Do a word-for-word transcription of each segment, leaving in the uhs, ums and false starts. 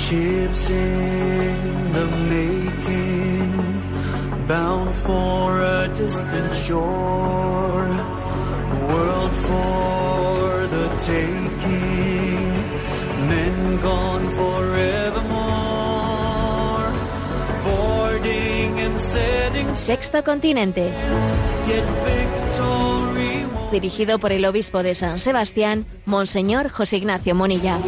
Ships in the making, bound for a distant shore, world for the taking, men gone forevermore, boarding and setting. Sexto Continente. Yet victory won't. Dirigido por el obispo de San Sebastián, Monseñor José Ignacio Monilla.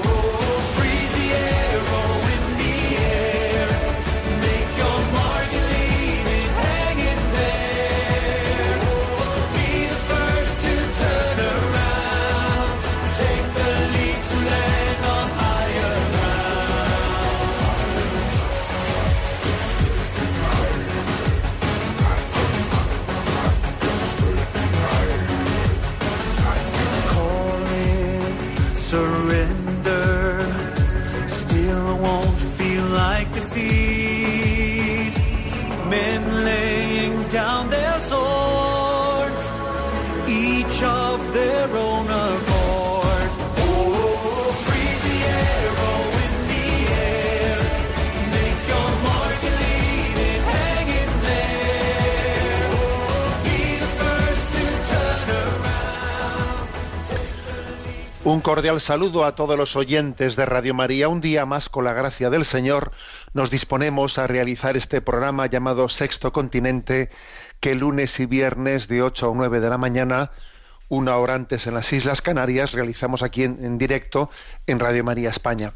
Un cordial saludo a todos los oyentes de Radio María. Un día más, con la gracia del Señor, nos disponemos a realizar este programa llamado Sexto Continente, que lunes y viernes de ocho a nueve de la mañana, una hora antes en las Islas Canarias, realizamos aquí en, en directo en Radio María España.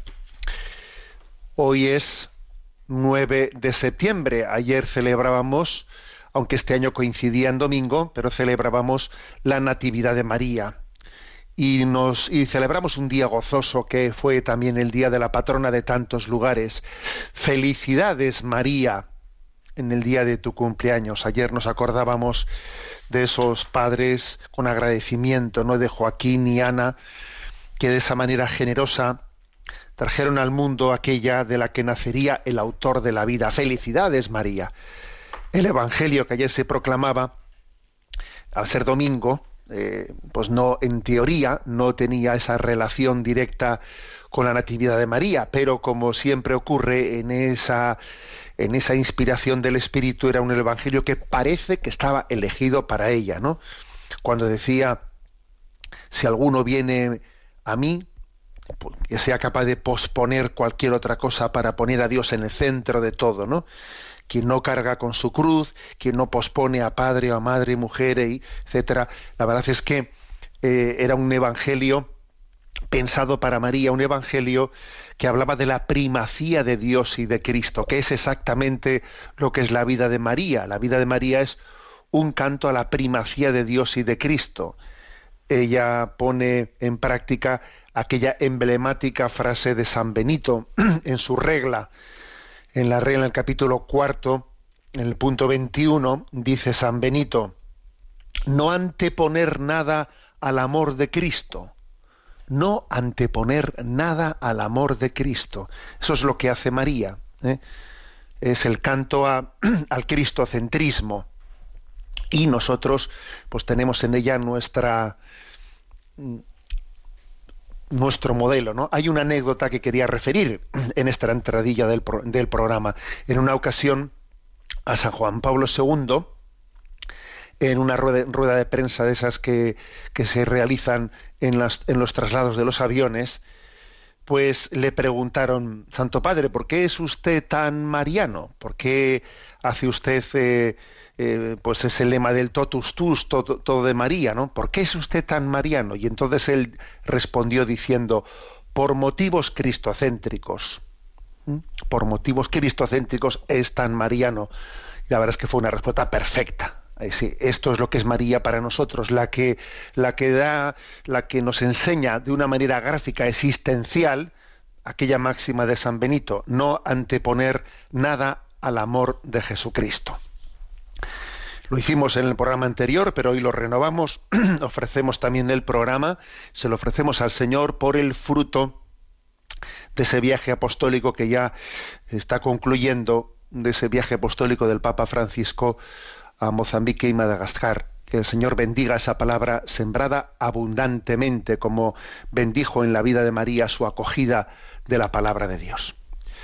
Hoy es nueve de septiembre. Ayer celebrábamos, aunque este año coincidía en domingo, pero celebrábamos la Natividad de María. Y, nos, y celebramos un día gozoso que fue también el día de la patrona de tantos lugares. Felicidades, María, en el día de tu cumpleaños. Ayer nos acordábamos de esos padres con agradecimiento, ¿no?, de Joaquín y Ana, que de esa manera generosa trajeron al mundo aquella de la que nacería el autor de la vida. Felicidades, María. El Evangelio que ayer se proclamaba, al ser domingo, Eh, pues no, en teoría no tenía esa relación directa con la Natividad de María, pero como siempre ocurre en esa, en esa inspiración del Espíritu, era un evangelio que parece que estaba elegido para ella, ¿no? Cuando decía, si alguno viene a mí, que sea capaz de posponer cualquier otra cosa para poner a Dios en el centro de todo, ¿no? Quien no carga con su cruz, quien no pospone a padre o a madre, mujer, etcétera. La verdad es que eh, era un evangelio pensado para María, un evangelio que hablaba de la primacía de Dios y de Cristo, que es exactamente lo que es la vida de María. La vida de María es un canto a la primacía de Dios y de Cristo. Ella pone en práctica aquella emblemática frase de San Benito en su regla. En la regla, en el capítulo cuarto, en el punto veintiuno, dice San Benito: no anteponer nada al amor de Cristo. No anteponer nada al amor de Cristo. Eso es lo que hace María, ¿eh? Es el canto a, al cristocentrismo. Y nosotros, pues tenemos en ella nuestra... nuestro modelo, ¿no? Hay una anécdota que quería referir en esta entradilla del, pro, del programa. En una ocasión, a San Juan Pablo segundo, en una rueda, rueda de prensa de esas que, que se realizan en, las, en los traslados de los aviones, pues le preguntaron: Santo Padre, ¿por qué es usted tan mariano? ¿Por qué hace usted eh, eh, pues ese lema del totus tuus, todo, todo de María, ¿no? ¿Por qué es usted tan mariano? Y entonces él respondió diciendo: por motivos cristocéntricos. ¿Mm? Por motivos cristocéntricos es tan mariano. Y la verdad es que fue una respuesta perfecta. Sí, esto es lo que es María para nosotros, la que, la que da, la que nos enseña de una manera gráfica, existencial, aquella máxima de San Benito: no anteponer nada al amor de Jesucristo. Lo hicimos en el programa anterior, pero hoy lo renovamos. Ofrecemos también el programa, se lo ofrecemos al Señor por el fruto de ese viaje apostólico que ya está concluyendo, de ese viaje apostólico del Papa Francisco a Mozambique y Madagascar. Que el Señor bendiga esa palabra sembrada abundantemente, como bendijo en la vida de María su acogida de la palabra de Dios.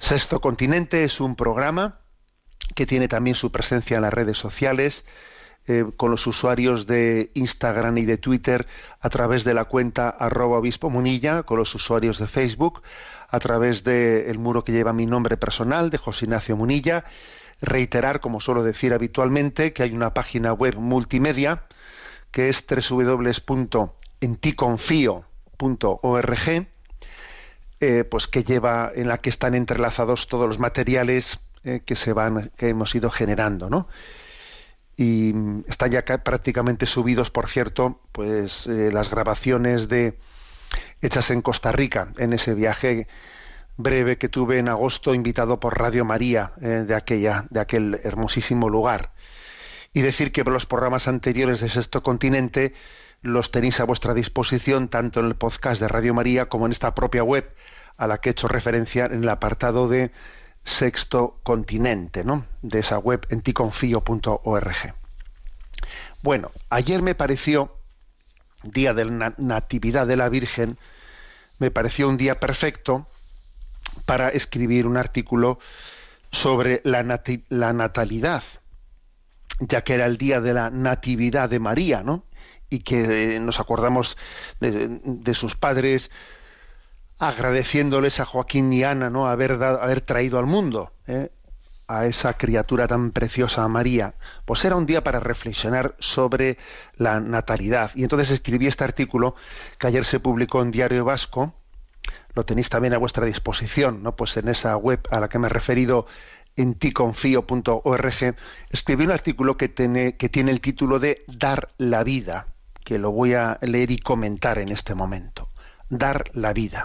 Sexto Continente es un programa que tiene también su presencia en las redes sociales, eh, con los usuarios de Instagram y de Twitter a través de la cuenta arroba obispo Munilla, con los usuarios de Facebook a través del muro que lleva mi nombre personal, de José Ignacio Munilla. Reiterar, como suelo decir habitualmente, que hay una página web multimedia que es doble u doble u doble u punto en ti confío punto org, eh, pues que lleva, en la que están entrelazados todos los materiales eh, que se van, que hemos ido generando, ¿no? Y están ya prácticamente subidos, por cierto, pues eh, las grabaciones de hechas en Costa Rica, en ese viaje breve que tuve en agosto, invitado por Radio María, eh, de aquella, de aquel hermosísimo lugar. Y decir que los programas anteriores de Sexto Continente los tenéis a vuestra disposición tanto en el podcast de Radio María como en esta propia web a la que he hecho referencia en el apartado de Sexto Continente, ¿no?, de esa web en ti confío punto org. Bueno, ayer me pareció, día de la Natividad de la Virgen, me pareció un día perfecto para escribir un artículo sobre la, nati- la natalidad, ya que era el día de la Natividad de María, ¿no?, y que eh, nos acordamos de, de sus padres agradeciéndoles a Joaquín y Ana, ¿no?, haber, dado, haber traído al mundo ¿eh? a esa criatura tan preciosa, a María. Pues era un día para reflexionar sobre la natalidad. Y entonces escribí este artículo que ayer se publicó en Diario Vasco. Lo tenéis también a vuestra disposición, ¿no?, pues en esa web a la que me he referido, en ti confío punto org. Escribí un artículo que tiene, que tiene el título de Dar la vida, que lo voy a leer y comentar en este momento. Dar la vida.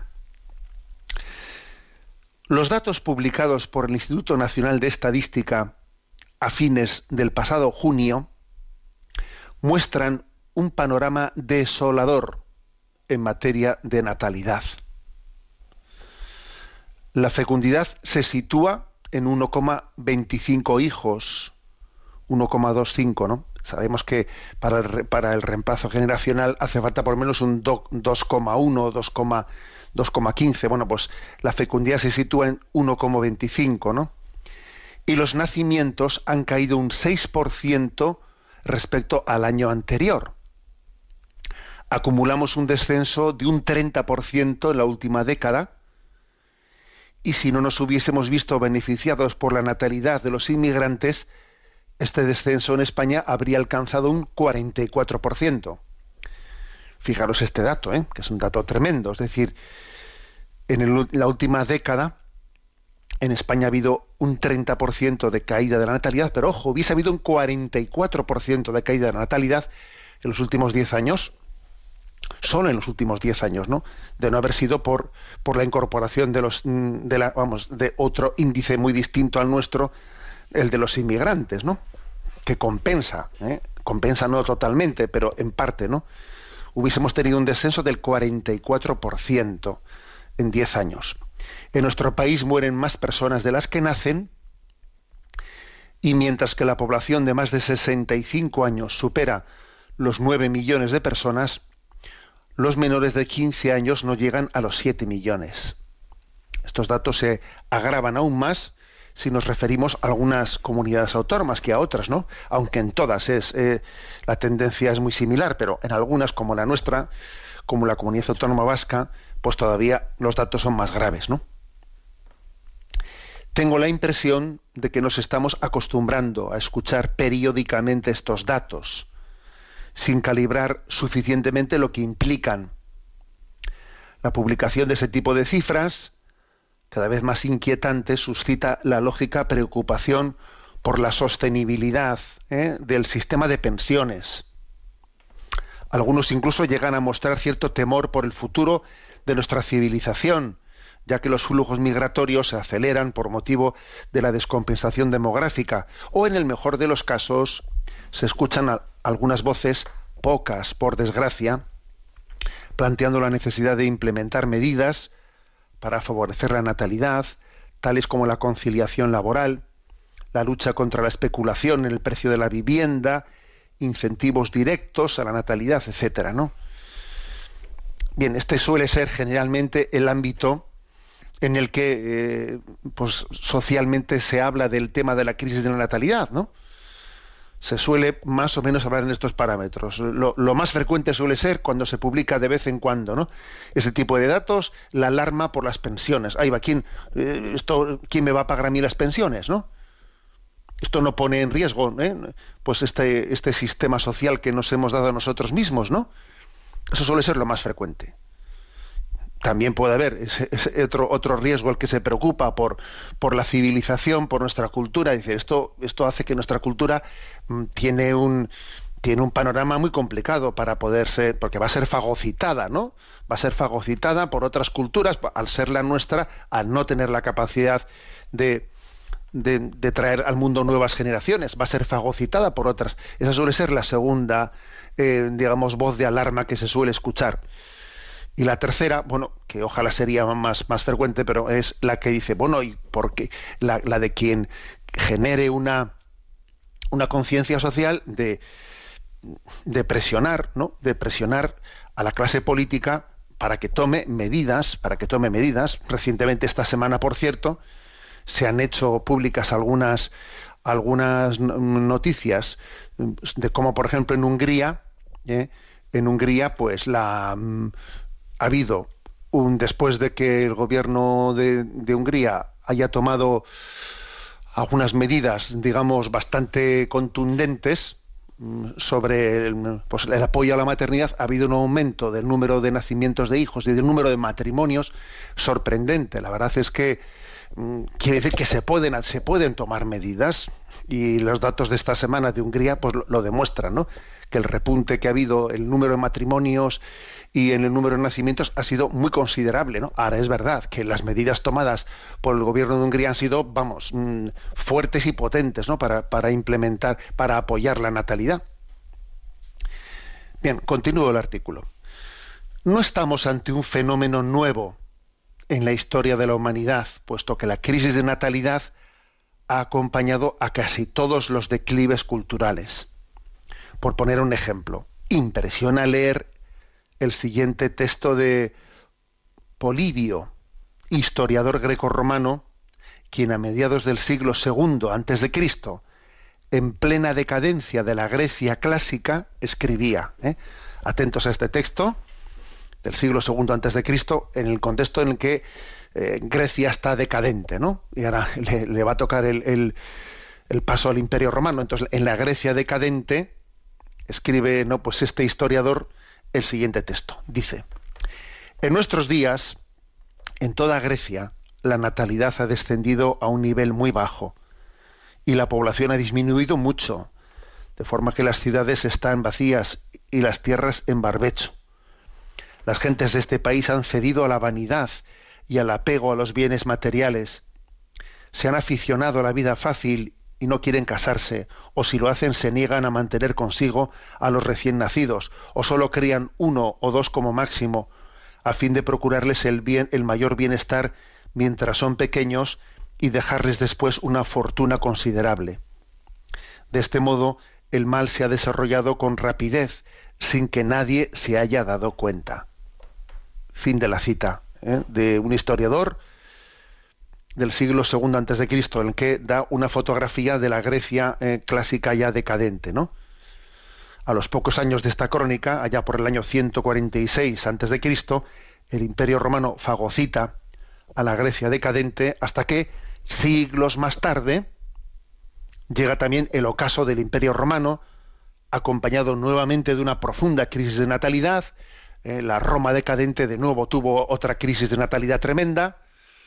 Los datos publicados por el Instituto Nacional de Estadística a fines del pasado junio muestran un panorama desolador en materia de natalidad. La fecundidad se sitúa en uno coma veinticinco hijos, uno coma veinticinco, ¿no? Sabemos que para el, para el reemplazo generacional hace falta por lo menos un dos coma uno, dos coma quince. Bueno, pues la fecundidad se sitúa en uno coma veinticinco, ¿no? Y los nacimientos han caído un seis por ciento respecto al año anterior. Acumulamos un descenso de un treinta por ciento en la última década, y si no nos hubiésemos visto beneficiados por la natalidad de los inmigrantes, este descenso en España habría alcanzado un cuarenta y cuatro por ciento. Fijaros este dato, ¿eh?, que es un dato tremendo. Es decir, en el, la última década en España ha habido un treinta por ciento de caída de la natalidad, pero ojo, hubiese habido un cuarenta y cuatro por ciento de caída de la natalidad en los últimos diez años, solo en los últimos diez años, ¿no?, de no haber sido por, por la incorporación de los de la, vamos, de otro índice muy distinto al nuestro, el de los inmigrantes, ¿no?, que compensa, ¿eh? compensa no totalmente, pero en parte, ¿no?, hubiésemos tenido un descenso del cuarenta y cuatro por ciento en diez años. En nuestro país mueren más personas de las que nacen, y mientras que la población de más de sesenta y cinco años supera los nueve millones de personas, los menores de quince años no llegan a los siete millones. Estos datos se agravan aún más si nos referimos a algunas comunidades autónomas que a otras, ¿no? Aunque en todas es eh, la tendencia es muy similar, pero en algunas, como la nuestra, como la Comunidad Autónoma Vasca, pues todavía los datos son más graves, ¿no? Tengo la impresión de que nos estamos acostumbrando a escuchar periódicamente estos datos, sin calibrar suficientemente lo que implican. La publicación de ese tipo de cifras, cada vez más inquietante, suscita la lógica preocupación por la sostenibilidad ¿eh? del sistema de pensiones. Algunos incluso llegan a mostrar cierto temor por el futuro de nuestra civilización, ya que los flujos migratorios se aceleran por motivo de la descompensación demográfica, o en el mejor de los casos se escuchan a algunas voces, pocas por desgracia, planteando la necesidad de implementar medidas para favorecer la natalidad, tales como la conciliación laboral, la lucha contra la especulación en el precio de la vivienda, incentivos directos a la natalidad, etcétera, ¿no? Bien, este suele ser generalmente el ámbito en el que eh, pues socialmente se habla del tema de la crisis de la natalidad, ¿no? Se suele más o menos hablar en estos parámetros. Lo, lo más frecuente suele ser cuando se publica de vez en cuando, ¿no? Ese tipo de datos, la alarma por las pensiones. Ahí va, ¿quién, eh, esto, ¿quién me va a pagar a mí las pensiones, no? Esto no pone en riesgo, ¿eh? Pues este, este sistema social que nos hemos dado a nosotros mismos, ¿no? Eso suele ser lo más frecuente. También puede haber ese, ese otro, otro riesgo, el que se preocupa por, por la civilización, por nuestra cultura. Dice, esto, esto hace que nuestra cultura mm, tiene un tiene un panorama muy complicado para poder ser, porque va a ser fagocitada, ¿no? Va a ser fagocitada por otras culturas, al ser la nuestra, al no tener la capacidad de, de, de traer al mundo nuevas generaciones, va a ser fagocitada por otras. Esa suele ser la segunda, eh, digamos, voz de alarma que se suele escuchar. Y la tercera, bueno, que ojalá sería más, más frecuente, pero es la que dice, bueno, ¿y por qué? La, la de quien genere una, una conciencia social de, de presionar, ¿no? De presionar a la clase política para que tome medidas, para que tome medidas. Recientemente, esta semana, por cierto, se han hecho públicas algunas, algunas noticias de cómo, por ejemplo, en Hungría, ¿eh? en Hungría, pues la... ha habido un después de que el gobierno de, de Hungría haya tomado algunas medidas, digamos, bastante contundentes sobre el, pues, el apoyo a la maternidad, ha habido un aumento del número de nacimientos de hijos y del número de matrimonios sorprendente. La verdad es que mm, quiere decir que se pueden se pueden tomar medidas, y los datos de esta semana de Hungría pues lo, lo demuestran, ¿no? Que el repunte que ha habido, el número de matrimonios y en el número de nacimientos ha sido muy considerable, ¿no? Ahora es verdad que las medidas tomadas por el gobierno de Hungría han sido, vamos, mmm, fuertes y potentes, ¿no? Para, para implementar, para apoyar la natalidad. Bien, continúo el artículo. No estamos ante un fenómeno nuevo en la historia de la humanidad, puesto que la crisis de natalidad ha acompañado a casi todos los declives culturales. Por poner un ejemplo, impresiona leer el siguiente texto de Polibio, historiador grecorromano, quien a mediados del siglo segundo antes de Cristo, en plena decadencia de la Grecia clásica, escribía, ¿eh? Atentos a este texto del siglo segundo antes de Cristo, en el contexto en el que eh, Grecia está decadente, ¿no? Y ahora le, le va a tocar el, el, el paso al Imperio Romano. Entonces, en la Grecia decadente, escribe, no, pues este historiador el siguiente texto. Dice: en nuestros días, en toda Grecia, la natalidad ha descendido a un nivel muy bajo y la población ha disminuido mucho, de forma que las ciudades están vacías y las tierras en barbecho. Las gentes de este país han cedido a la vanidad y al apego a los bienes materiales. Se han aficionado a la vida fácil y no quieren casarse, o si lo hacen se niegan a mantener consigo a los recién nacidos, o solo crían uno o dos como máximo, a fin de procurarles el bien, el mayor bienestar mientras son pequeños y dejarles después una fortuna considerable. De este modo, el mal se ha desarrollado con rapidez, sin que nadie se haya dado cuenta. Fin de la cita, ¿eh? De un historiador del siglo segundo antes de Cristo, en el que da una fotografía de la Grecia eh, clásica ya decadente, ¿no? A los pocos años de esta crónica, allá por el año ciento cuarenta y seis antes de Cristo, el Imperio Romano fagocita a la Grecia decadente, hasta que siglos más tarde llega también el ocaso del Imperio Romano, acompañado nuevamente de una profunda crisis de natalidad. Eh, la Roma decadente de nuevo tuvo otra crisis de natalidad tremenda.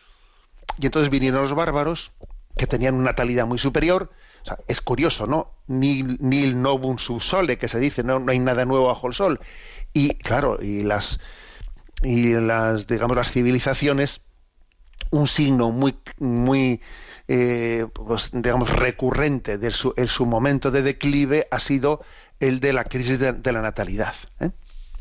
Y entonces vinieron los bárbaros, que tenían una natalidad muy superior. O sea, es curioso, ¿no? Nil, nil novum sub sole, que se dice, no, no hay nada nuevo bajo el sol. Y claro, y las, y las, digamos, las civilizaciones, un signo muy, muy, eh, pues, digamos, recurrente de su, en su momento de declive ha sido el de la crisis de, de la natalidad, ¿eh?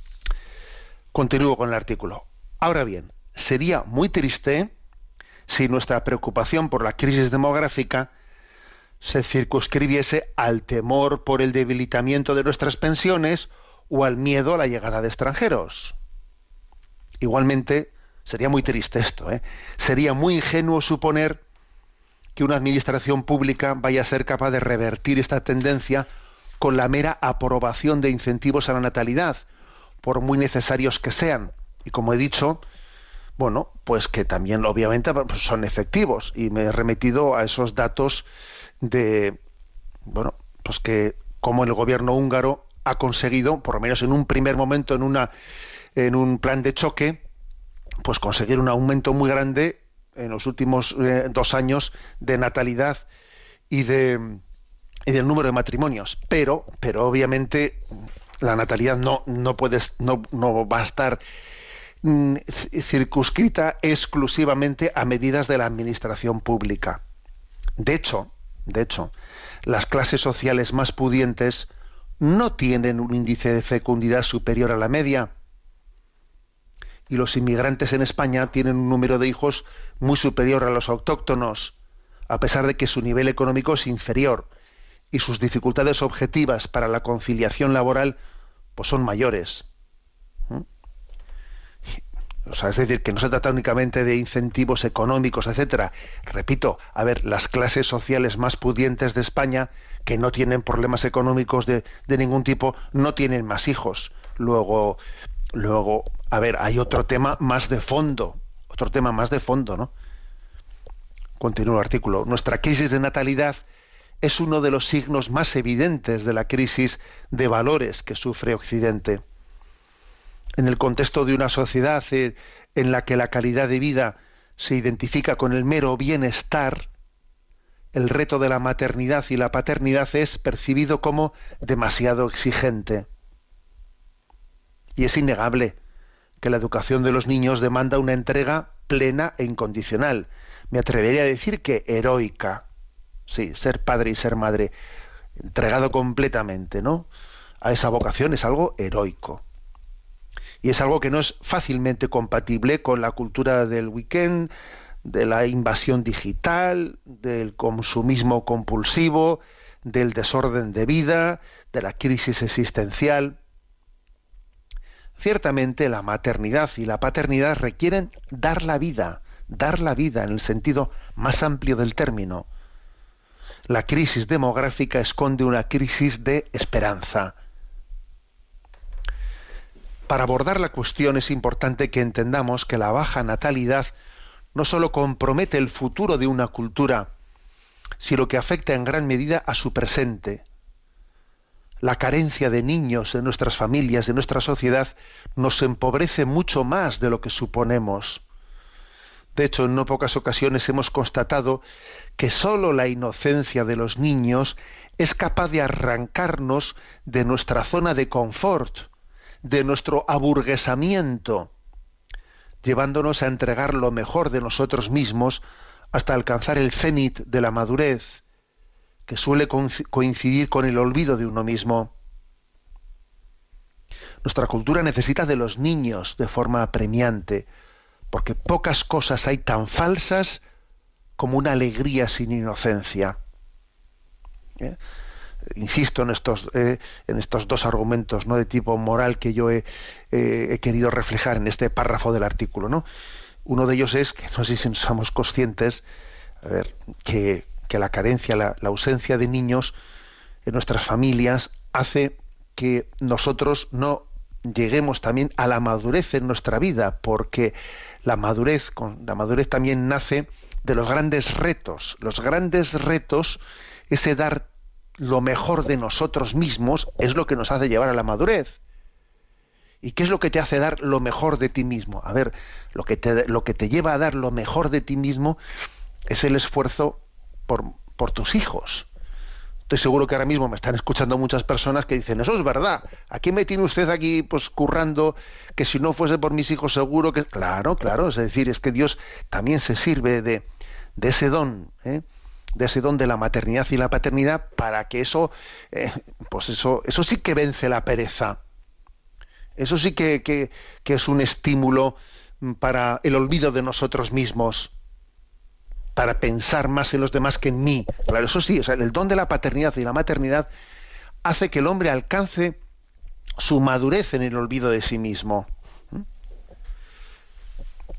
Continúo con el artículo. Ahora bien, sería muy triste si nuestra preocupación por la crisis demográfica se circunscribiese al temor por el debilitamiento de nuestras pensiones o al miedo a la llegada de extranjeros. Igualmente, sería muy triste esto, ¿eh? Sería muy ingenuo suponer que una administración pública vaya a ser capaz de revertir esta tendencia con la mera aprobación de incentivos a la natalidad, por muy necesarios que sean. Y como he dicho, bueno, pues que también obviamente pues son efectivos. Y me he remitido a esos datos de, bueno, pues que como el gobierno húngaro ha conseguido, por lo menos en un primer momento, en una en un plan de choque, pues conseguir un aumento muy grande en los últimos eh, dos años de natalidad y de y del número de matrimonios. Pero, pero obviamente la natalidad no no puede no, no va a estar mm, circunscrita exclusivamente a medidas de la administración pública. De hecho, de hecho, las clases sociales más pudientes no tienen un índice de fecundidad superior a la media. Y los inmigrantes en España tienen un número de hijos muy superior a los autóctonos, a pesar de que su nivel económico es inferior y sus dificultades objetivas para la conciliación laboral pues son mayores. ¿Mm? O sea, es decir, que no se trata únicamente de incentivos económicos, etcétera. Repito, a ver, las clases sociales más pudientes de España, que no tienen problemas económicos de, de ningún tipo, no tienen más hijos. Luego, luego, a ver, hay otro tema más de fondo, otro tema más de fondo, ¿no? Continúo el artículo. Nuestra crisis de natalidad es uno de los signos más evidentes de la crisis de valores que sufre Occidente. En el contexto de una sociedad en la que la calidad de vida se identifica con el mero bienestar, el reto de la maternidad y la paternidad es percibido como demasiado exigente. Y es innegable que la educación de los niños demanda una entrega plena e incondicional. Me atrevería a decir que heroica. Sí, ser padre y ser madre, entregado completamente, ¿no?, a esa vocación es algo heroico. Y es algo que no es fácilmente compatible con la cultura del weekend, de la invasión digital, del consumismo compulsivo, del desorden de vida, de la crisis existencial. Ciertamente la maternidad y la paternidad requieren dar la vida, dar la vida en el sentido más amplio del término. La crisis demográfica esconde una crisis de esperanza. Para abordar la cuestión es importante que entendamos que la baja natalidad no solo compromete el futuro de una cultura, sino que afecta en gran medida a su presente. La carencia de niños en nuestras familias, de nuestra sociedad, nos empobrece mucho más de lo que suponemos. De hecho, en no pocas ocasiones hemos constatado que sólo la inocencia de los niños es capaz de arrancarnos de nuestra zona de confort, de nuestro aburguesamiento, llevándonos a entregar lo mejor de nosotros mismos hasta alcanzar el cenit de la madurez, que suele coincidir con el olvido de uno mismo. Nuestra cultura necesita de los niños de forma apremiante, porque pocas cosas hay tan falsas como una alegría sin inocencia. ¿Eh? Insisto en estos, eh, en estos dos argumentos, ¿no?, de tipo moral que yo he, eh, he querido reflejar en este párrafo del artículo, ¿no? Uno de ellos es que no sé si somos conscientes, a ver, que, que la carencia, la, la ausencia de niños en nuestras familias hace que nosotros no lleguemos también a la madurez en nuestra vida, porque la madurez, con la madurez también nace de los grandes retos. Los grandes retos, ese dar lo mejor de nosotros mismos, es lo que nos hace llevar a la madurez. ¿Y qué es lo que te hace dar lo mejor de ti mismo? A ver, lo que te, lo que te lleva a dar lo mejor de ti mismo es el esfuerzo por, por tus hijos. Estoy seguro que ahora mismo me están escuchando muchas personas que dicen, eso es verdad, ¿a qué me tiene usted aquí pues currando? Que si no fuese por mis hijos seguro que... Claro, claro, es decir, es que Dios también se sirve de, de ese don, ¿eh? de ese don de la maternidad y la paternidad para que eso, eh, pues eso, eso sí que vence la pereza. Eso sí que, que, que es un estímulo para el olvido de nosotros mismos, para pensar más en los demás que en mí. Claro, eso sí, o sea, el don de la paternidad y la maternidad hace que el hombre alcance su madurez en el olvido de sí mismo.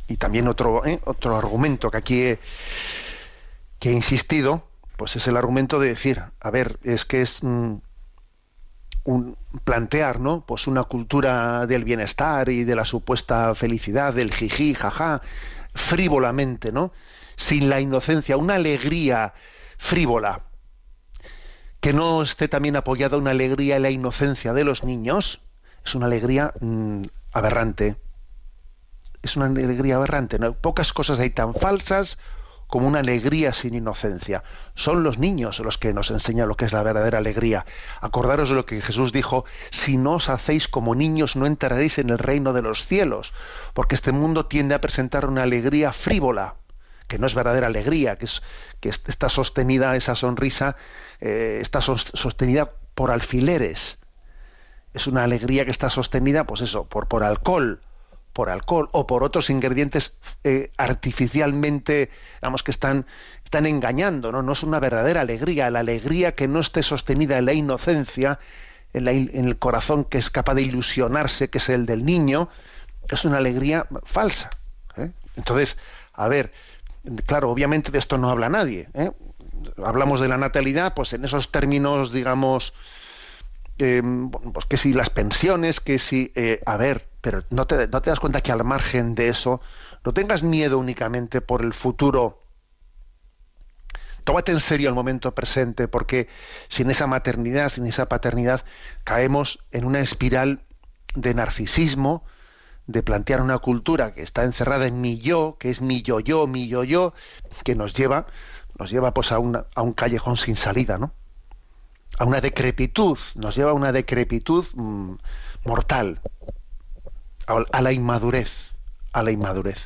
Y también otro, ¿eh? otro argumento que aquí he, que he insistido, pues es el argumento de decir, a ver, es que es mm, un plantear, ¿no? Pues una cultura del bienestar y de la supuesta felicidad, del jiji, jaja, frívolamente, ¿no? Sin la inocencia, una alegría frívola, que no esté también apoyada una alegría en la inocencia de los niños, es una alegría mmm, aberrante. Es una alegría aberrante, ¿no? Pocas cosas hay tan falsas como una alegría sin inocencia. Son los niños los que nos enseñan lo que es la verdadera alegría. Acordaros de lo que Jesús dijo: si no os hacéis como niños, no entraréis en el reino de los cielos, porque este mundo tiende a presentar una alegría frívola, que no es verdadera alegría, que, es, que está sostenida, esa sonrisa, eh, está sostenida por alfileres. Es una alegría que está sostenida, pues eso, por, por alcohol, por alcohol o por otros ingredientes eh, artificialmente, digamos, que están, están engañando, ¿no? No es una verdadera alegría. La alegría que no esté sostenida en la inocencia, en, la, en el corazón que es capaz de ilusionarse, que es el del niño, es una alegría falsa, ¿eh? Entonces, a ver, claro, obviamente de esto no habla nadie, ¿eh? Hablamos de la natalidad, pues en esos términos, digamos, eh, pues que si las pensiones, que si, eh, a ver, pero no te, no te das cuenta que al margen de eso, no tengas miedo únicamente por el futuro. Tómate en serio el momento presente, porque sin esa maternidad, sin esa paternidad, caemos en una espiral de narcisismo, de plantear una cultura que está encerrada en mi yo, que es mi yo-yo, mi yo-yo, que nos lleva, nos lleva pues a, una, a un callejón sin salida, ¿no? A una decrepitud, nos lleva a una decrepitud mmm, mortal, a, a la inmadurez, a la inmadurez.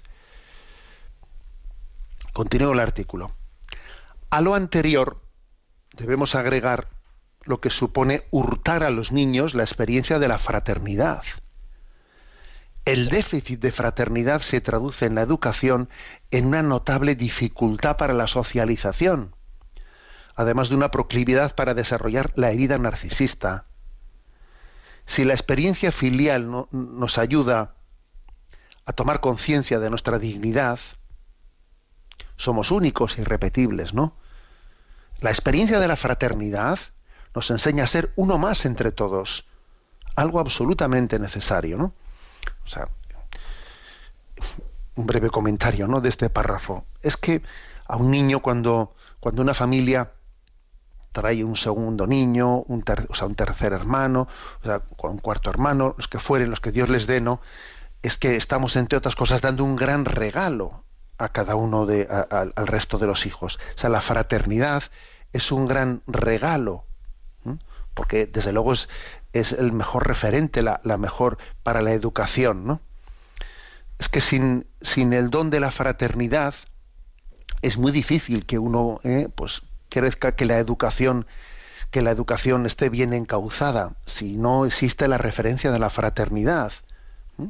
Continúo el artículo. A lo anterior debemos agregar lo que supone hurtar a los niños la experiencia de la fraternidad. El déficit de fraternidad se traduce en la educación en una notable dificultad para la socialización, además de una proclividad para desarrollar la herida narcisista. Si la experiencia filial no, nos ayuda a tomar conciencia de nuestra dignidad, somos únicos e irrepetibles, ¿no? La experiencia de la fraternidad nos enseña a ser uno más entre todos, algo absolutamente necesario, ¿no? O sea, un breve comentario, ¿no?, de este párrafo. Es que a un niño, cuando, cuando una familia trae un segundo niño, un ter, o sea, un tercer hermano, o sea, un cuarto hermano, los que fueren, los que Dios les dé, ¿no?, es que estamos, entre otras cosas, dando un gran regalo a cada uno de, a, a, al resto de los hijos. O sea, la fraternidad es un gran regalo, ¿eh? Porque desde luego es, es el mejor referente, la, la mejor para la educación, ¿no? Es que sin, sin el don de la fraternidad es muy difícil que uno eh, pues crezca, que la educación que la educación esté bien encauzada, si no existe la referencia de la fraternidad. ¿Mm?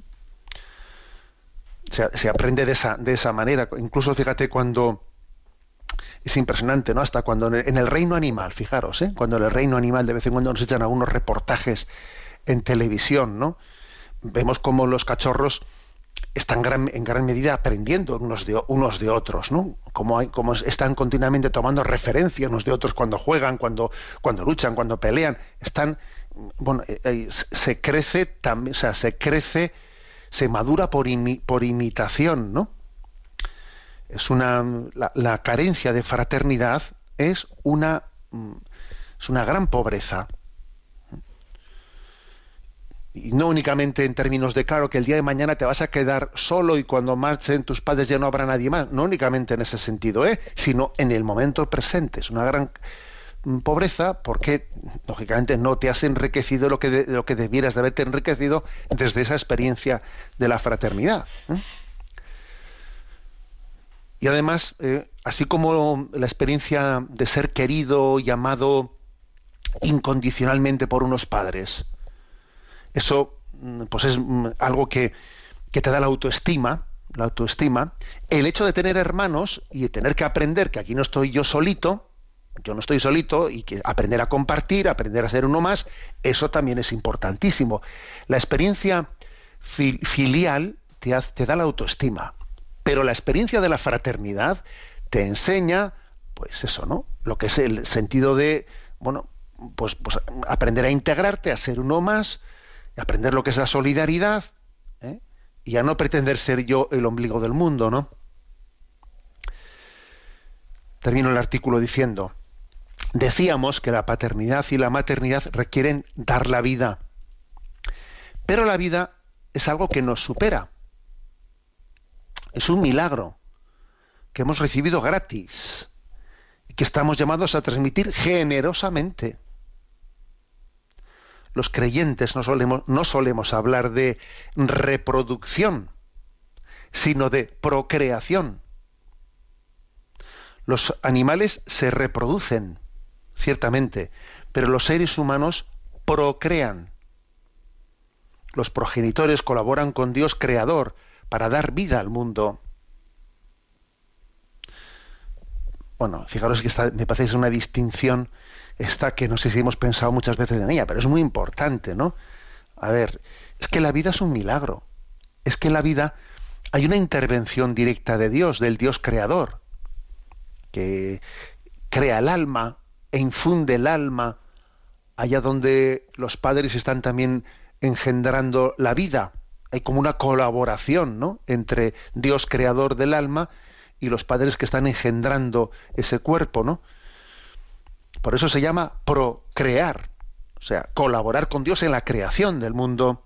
Se, se aprende de esa, de esa manera. Incluso fíjate cuando es impresionante, ¿no? Hasta cuando en el, en el reino animal, fijaros, ¿eh? Cuando en el reino animal de vez en cuando nos echan algunos reportajes en televisión, ¿no? Vemos cómo los cachorros están gran, en gran medida aprendiendo unos de, unos de otros, ¿no? Como, hay, como están continuamente tomando referencia unos de otros cuando juegan, cuando, cuando luchan, cuando pelean. Están, bueno, eh, se crece también, o sea, se crece, se madura por, imi, por imitación, ¿no? Es una, la, la carencia de fraternidad es una, es una gran pobreza. Y no únicamente en términos de, claro, que el día de mañana te vas a quedar solo y cuando marchen tus padres ya no habrá nadie más. No únicamente en ese sentido, ¿eh? Sino en el momento presente. Es una gran pobreza porque, lógicamente, no te has enriquecido lo que, de, lo que debieras de haberte enriquecido desde esa experiencia de la fraternidad, ¿eh? Y además, eh, así como la experiencia de ser querido y amado incondicionalmente por unos padres, eso pues es algo que, que te da la autoestima, la autoestima. El hecho de tener hermanos y de tener que aprender que aquí no estoy yo solito, yo no estoy solito, y que aprender a compartir, aprender a ser uno más, eso también es importantísimo. La experiencia fil- filial te, hace, te da la autoestima. Pero la experiencia de la fraternidad te enseña, pues eso, ¿no? Lo que es el sentido de, bueno, pues, pues aprender a integrarte, a ser uno más, aprender lo que es la solidaridad, ¿eh? Y a no pretender ser yo el ombligo del mundo, ¿no? Termino el artículo diciendo, decíamos que la paternidad y la maternidad requieren dar la vida, pero la vida es algo que nos supera. Es un milagro que hemos recibido gratis y que estamos llamados a transmitir generosamente. Los creyentes no solemos, no solemos hablar de reproducción, sino de procreación. Los animales se reproducen, ciertamente, pero los seres humanos procrean. Los progenitores colaboran con Dios creador para dar vida al mundo. Bueno, fijaros que esta, me parece que es una distinción esta que no sé si hemos pensado muchas veces en ella, pero es muy importante, ¿no? A ver, es que la vida es un milagro. Es que en la vida hay una intervención directa de Dios, del Dios creador, que crea el alma e infunde el alma allá donde los padres están también engendrando la vida. Hay como una colaboración, ¿no?, entre Dios creador del alma y los padres que están engendrando ese cuerpo, ¿no? Por eso se llama procrear, o sea, colaborar con Dios en la creación del mundo.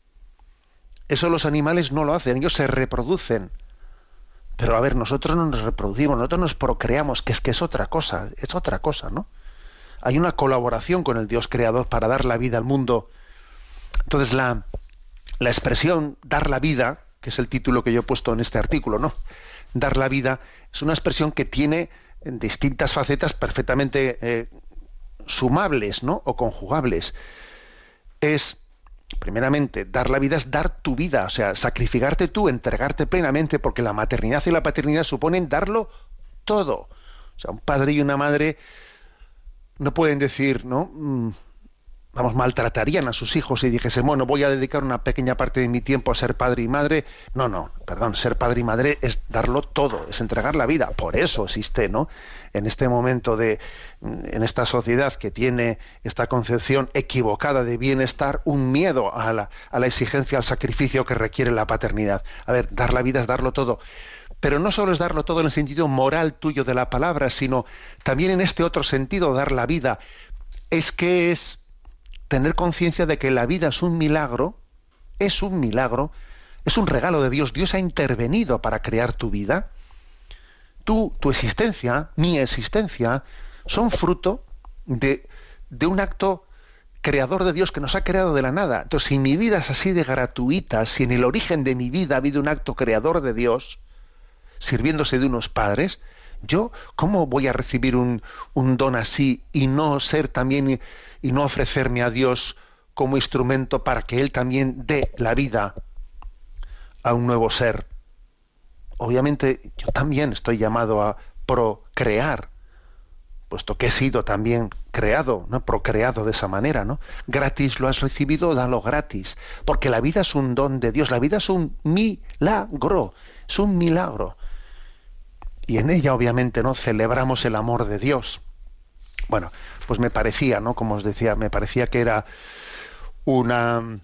Eso los animales no lo hacen, ellos se reproducen. Pero a ver, nosotros no nos reproducimos, nosotros nos procreamos, que es que es otra cosa, es otra cosa, ¿no? Hay una colaboración con el Dios creador para dar la vida al mundo. Entonces la, la expresión dar la vida, que es el título que yo he puesto en este artículo, ¿no? Dar la vida es una expresión que tiene distintas facetas perfectamente eh, sumables, ¿no?, o conjugables. Es, primeramente, dar la vida es dar tu vida, o sea, sacrificarte tú, entregarte plenamente, porque la maternidad y la paternidad suponen darlo todo. O sea, un padre y una madre no pueden decir, ¿no?, mm, vamos, maltratarían a sus hijos y dijesen, bueno, voy a dedicar una pequeña parte de mi tiempo a ser padre y madre. No, no, perdón, ser padre y madre es darlo todo, es entregar la vida. Por eso existe, ¿no?, en este momento de, en esta sociedad que tiene esta concepción equivocada de bienestar, un miedo a la, a la exigencia, al sacrificio que requiere la paternidad. A ver, dar la vida es darlo todo. Pero no solo es darlo todo en el sentido moral tuyo de la palabra, sino también en este otro sentido, dar la vida. Es que es tener conciencia de que la vida es un milagro, es un milagro, es un regalo de Dios. Dios ha intervenido para crear tu vida. Tú, tu existencia, mi existencia, son fruto de, de un acto creador de Dios que nos ha creado de la nada. Entonces, si mi vida es así de gratuita, si en el origen de mi vida ha habido un acto creador de Dios, sirviéndose de unos padres, yo, ¿cómo voy a recibir un, un don así y no ser también y no ofrecerme a Dios como instrumento para que Él también dé la vida a un nuevo ser? Obviamente yo también estoy llamado a procrear, puesto que he sido también creado, ¿no?, procreado de esa manera, ¿no? Gratis lo has recibido, dalo gratis, porque la vida es un don de Dios, la vida es un milagro, es un milagro. Y en ella, obviamente, ¿no?, celebramos el amor de Dios. Bueno, pues me parecía, ¿no?, como os decía, me parecía que era una,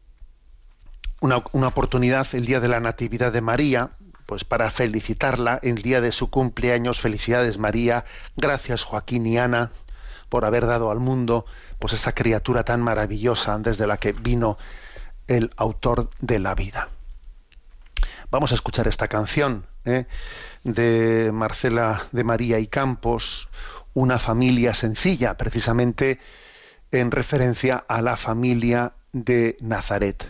una, una oportunidad el día de la Natividad de María, pues para felicitarla el día de su cumpleaños. Felicidades, María. Gracias, Joaquín y Ana, por haber dado al mundo pues esa criatura tan maravillosa desde la que vino el autor de la vida. Vamos a escuchar esta canción, ¿eh?, de Marcela de María y Campos, Una familia sencilla, precisamente en referencia a la familia de Nazaret.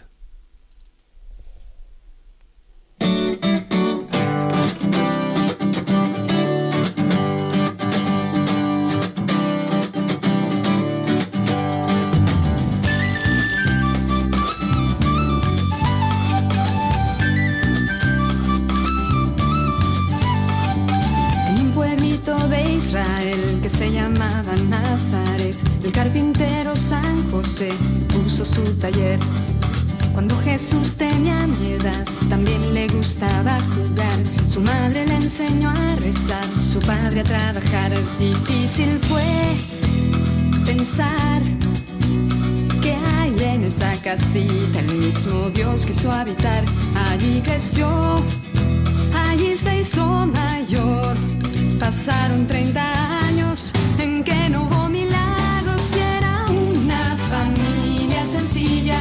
Que se llamaba Nazaret, el carpintero San José puso su taller. Cuando Jesús tenía mi edad, también le gustaba jugar. Su madre le enseñó a rezar, su padre a trabajar. Difícil fue pensar que hay en esa casita el mismo Dios quiso habitar. Allí creció, allí se hizo mayor. Pasaron treinta años en que no hubo milagros y era una familia sencilla.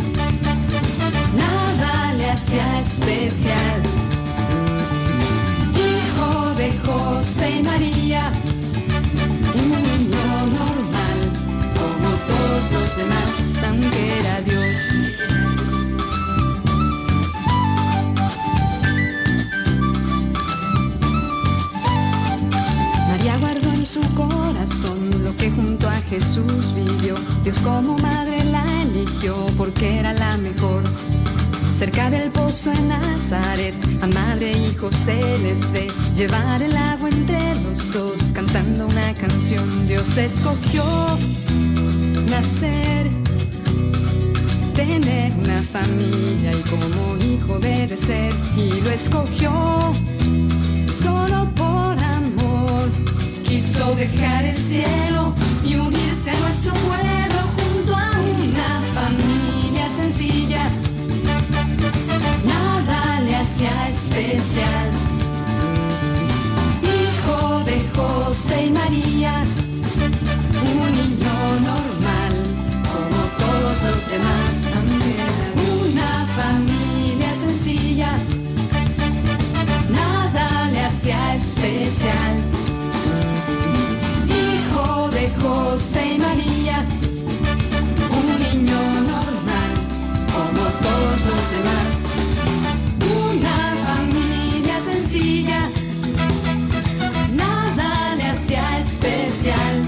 Nada le hacía especial. Hijo de José y María, un niño normal, como todos los demás, aunque era Dios. María guardó en su corazón lo que junto a Jesús vivió. Dios como madre la eligió porque era la mejor. Cerca del pozo en Nazaret, a madre y José les ve llevar el agua entre los dos, cantando una canción. Dios escogió nacer, tener una familia y como hijo debe ser. Y lo escogió solo por amor. Quiso dejar el cielo y unirse a nuestro pueblo junto a una familia sencilla. Nada le hacía especial. Hijo de José y María, un niño normal, como todos los demás. Una familia sencilla. Nada le hacía especial. Hijo de José y María, un niño normal, como todos los demás. Una familia sencilla, nada le hacía especial.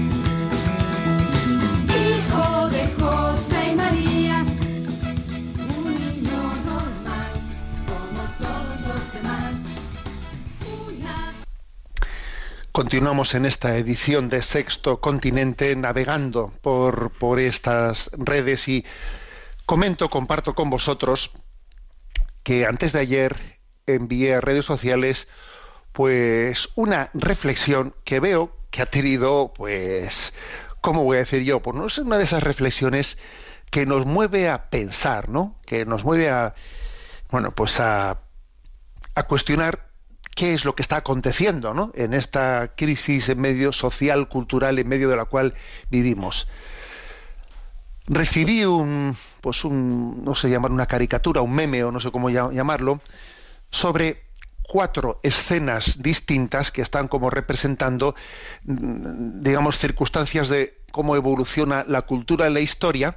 Hijo de José y María, un niño normal, como todos los demás. Una... Continuamos en esta edición de Sexto Continente navegando por, por estas redes y comento, comparto con vosotros que antes de ayer envié a redes sociales pues una reflexión que veo que ha tenido, pues, ¿cómo voy a decir yo? Pues no es una de esas reflexiones que nos mueve a pensar, ¿no? Que nos mueve a, bueno, pues a, a cuestionar qué es lo que está aconteciendo, ¿no? En esta crisis en medio social, cultural, en medio de la cual vivimos. Recibí un, pues un, no sé llamar una caricatura, un meme o no sé cómo llamarlo, sobre cuatro escenas distintas que están como representando, digamos, circunstancias de cómo evoluciona la cultura y la historia,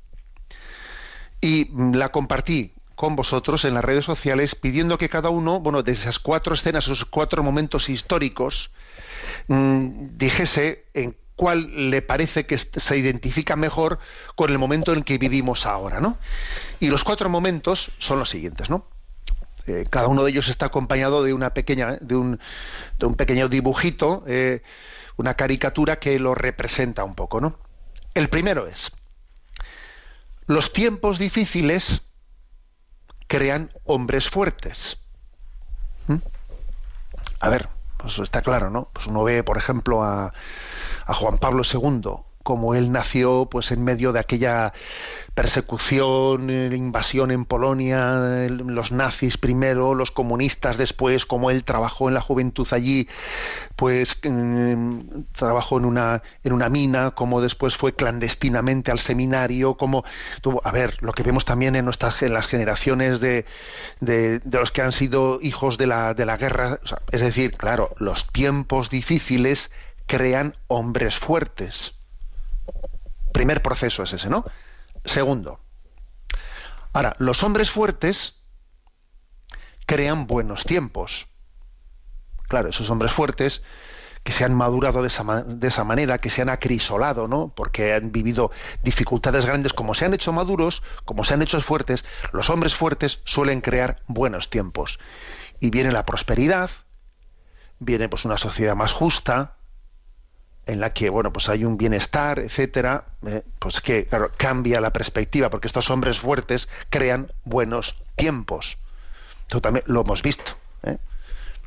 y la compartí con vosotros en las redes sociales pidiendo que cada uno, bueno, de esas cuatro escenas, esos cuatro momentos históricos, mmm, dijese en cuál le parece que se identifica mejor con el momento en el que vivimos ahora, ¿no? Y los cuatro momentos son los siguientes, ¿no? Eh, cada uno de ellos está acompañado de una pequeña, de un, de un pequeño dibujito, eh, una caricatura que lo representa un poco, ¿no? El primero es: los tiempos difíciles crean hombres fuertes. ¿Mm? A ver, pues está claro, ¿no? Pues uno ve, por ejemplo, a, a Juan Pablo segundo, como él nació pues en medio de aquella persecución, invasión en Polonia, los nazis primero, los comunistas después, como él trabajó en la juventud allí, pues eh, trabajó en una en una mina, como después fue clandestinamente al seminario, como tuvo, a ver, lo que vemos también en nuestras en las generaciones de, de, de los que han sido hijos de la de la guerra, o sea, es decir, claro, los tiempos difíciles crean hombres fuertes. Primer proceso es ese, ¿no? Segundo, ahora, los hombres fuertes crean buenos tiempos. Claro, esos hombres fuertes que se han madurado de esa, de esa manera, que se han acrisolado, ¿no? Porque han vivido dificultades grandes, como se han hecho maduros, como se han hecho fuertes, los hombres fuertes suelen crear buenos tiempos. Y viene la prosperidad, viene pues una sociedad más justa, en la que, bueno, pues hay un bienestar, etcétera, eh, pues que, claro, cambia la perspectiva, porque estos hombres fuertes crean buenos tiempos. Esto también lo hemos visto, ¿eh?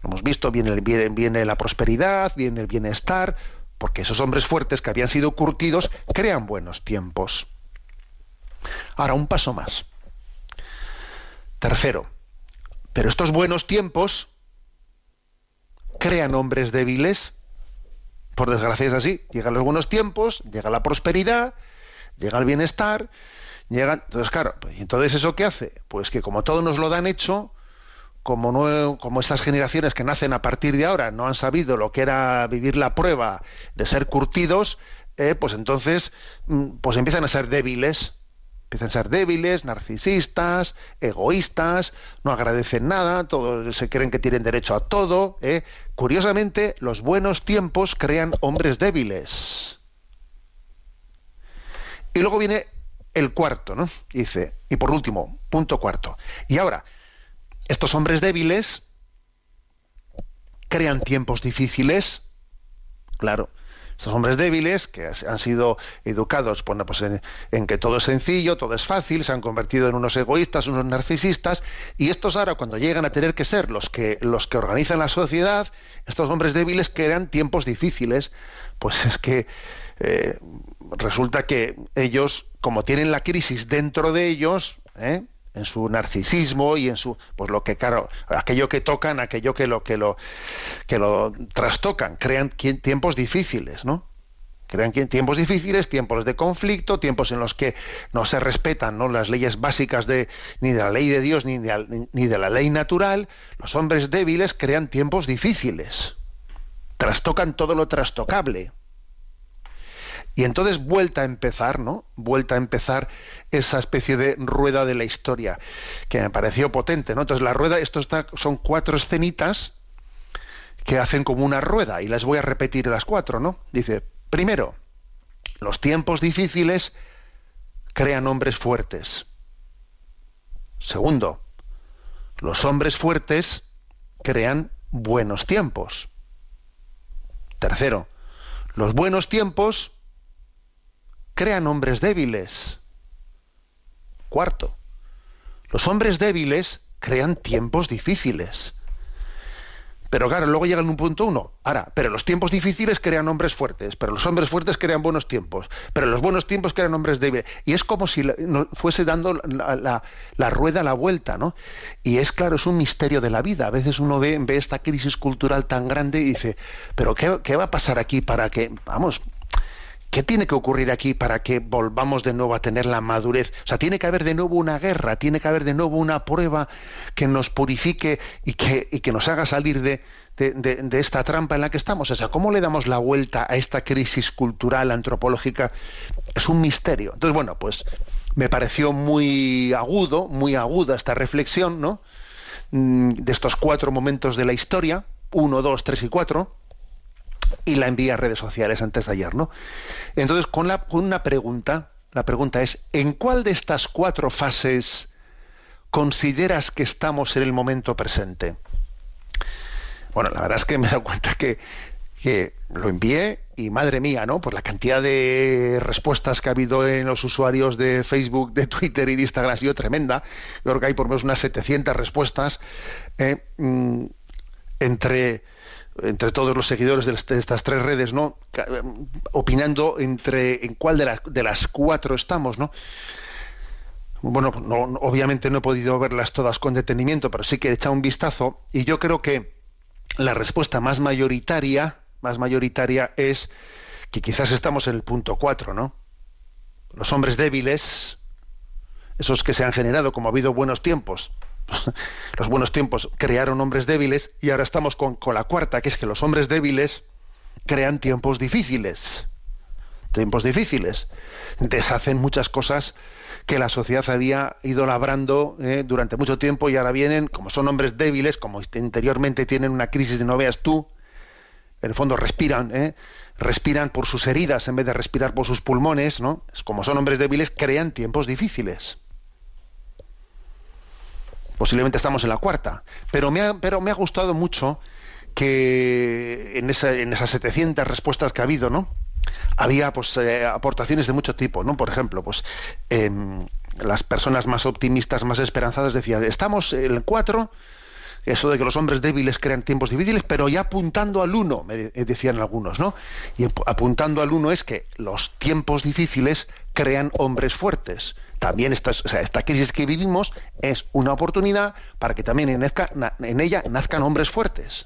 Lo hemos visto, viene, viene, viene la prosperidad, viene el bienestar, porque esos hombres fuertes que habían sido curtidos crean buenos tiempos. Ahora, un paso más. Tercero, pero estos buenos tiempos crean hombres débiles. Por desgracia es así. Llegan los buenos tiempos, llega la prosperidad, llega el bienestar, llegan... Entonces, claro, pues, entonces ¿eso qué hace? Pues que como todo nos lo dan hecho, como no, como estas generaciones que nacen a partir de ahora no han sabido lo que era vivir la prueba de ser curtidos, eh, pues entonces pues empiezan a ser débiles. Empiezan a ser débiles, narcisistas, egoístas, no agradecen nada, todos se creen que tienen derecho a todo. ¿eh? Curiosamente, los buenos tiempos crean hombres débiles. Y luego viene el cuarto, ¿no? Dice, y por último, punto cuarto. Y ahora, estos hombres débiles crean tiempos difíciles, claro. Estos hombres débiles, que han sido educados bueno, pues en, en que todo es sencillo, todo es fácil, se han convertido en unos egoístas, unos narcisistas, y estos ahora, cuando llegan a tener que ser los que, los que organizan la sociedad, estos hombres débiles crean tiempos difíciles, pues es que eh, resulta que ellos, como tienen la crisis dentro de ellos, ¿eh? en su narcisismo y en su pues lo que claro aquello que tocan, aquello que lo que lo que lo trastocan, crean tiempos difíciles, ¿no? Crean tiempos difíciles, tiempos de conflicto, tiempos en los que no se respetan, ¿no?, las leyes básicas de ni de la ley de Dios ni de, ni de la ley natural. Los hombres débiles crean tiempos difíciles, trastocan todo lo trastocable. Y entonces vuelta a empezar, ¿no? Vuelta a empezar esa especie de rueda de la historia, que me pareció potente, ¿no? Entonces la rueda, esto está, son cuatro escenitas que hacen como una rueda, y las voy a repetir las cuatro, ¿no? Dice, primero, los tiempos difíciles crean hombres fuertes. Segundo, los hombres fuertes crean buenos tiempos. Tercero, los buenos tiempos crean hombres débiles. Cuarto, los hombres débiles crean tiempos difíciles. Pero claro, luego llegan a un punto uno. Ahora, pero los tiempos difíciles crean hombres fuertes, pero los hombres fuertes crean buenos tiempos, pero los buenos tiempos crean hombres débiles. Y es como si la, no, fuese dando la, la, la rueda a la vuelta, ¿no? Y es claro, es un misterio de la vida. A veces uno ve, ve esta crisis cultural tan grande y dice, pero ¿qué, qué va a pasar aquí para que, vamos... ¿Qué tiene que ocurrir aquí para que volvamos de nuevo a tener la madurez? O sea, tiene que haber de nuevo una guerra, tiene que haber de nuevo una prueba que nos purifique y que, y que nos haga salir de, de, de, de esta trampa en la que estamos. O sea, ¿cómo le damos la vuelta a esta crisis cultural, antropológica? Es un misterio. Entonces, bueno, pues me pareció muy agudo, muy aguda esta reflexión, ¿no?, de estos cuatro momentos de la historia, uno, dos, tres y cuatro, y la envié a redes sociales antes de ayer, ¿no? Entonces, con, la, con una pregunta, la pregunta es, ¿en cuál de estas cuatro fases consideras que estamos en el momento presente? Bueno, la verdad es que me he dado cuenta que, que lo envié y madre mía, ¿no? Pues la cantidad de respuestas que ha habido en los usuarios de Facebook, de Twitter y de Instagram ha sido tremenda. Yo creo que hay por lo menos unas setecientas respuestas eh, mm, entre... entre todos los seguidores de estas tres redes, ¿no?, opinando entre en cuál de, la, de las cuatro estamos, ¿no? Bueno, no, obviamente no he podido verlas todas con detenimiento, pero sí que he echado un vistazo, y yo creo que la respuesta más mayoritaria, más mayoritaria es que quizás estamos en el punto cuatro, ¿no? Los hombres débiles, esos que se han generado, como ha habido buenos tiempos, los buenos tiempos crearon hombres débiles, y ahora estamos con, con la cuarta, que es que los hombres débiles crean tiempos difíciles. Tiempos difíciles. Deshacen muchas cosas que la sociedad había ido labrando eh, durante mucho tiempo, y ahora vienen, como son hombres débiles, como interiormente tienen una crisis de no veas tú, en el fondo respiran, eh, respiran por sus heridas en vez de respirar por sus pulmones, ¿no? Como son hombres débiles, crean tiempos difíciles. Posiblemente estamos en la cuarta, pero me ha, pero me ha gustado mucho que en, esa, en esas setecientas respuestas que ha habido, ¿no?, había pues eh, aportaciones de mucho tipo, ¿no? Por ejemplo, pues eh, las personas más optimistas, más esperanzadas decían, estamos en el cuatro eso de que los hombres débiles crean tiempos difíciles, pero ya apuntando al uno, me decían algunos, ¿no? Y apuntando al uno es que los tiempos difíciles crean hombres fuertes. También esta, o sea, esta crisis que vivimos es una oportunidad para que también en, en ella nazcan hombres fuertes.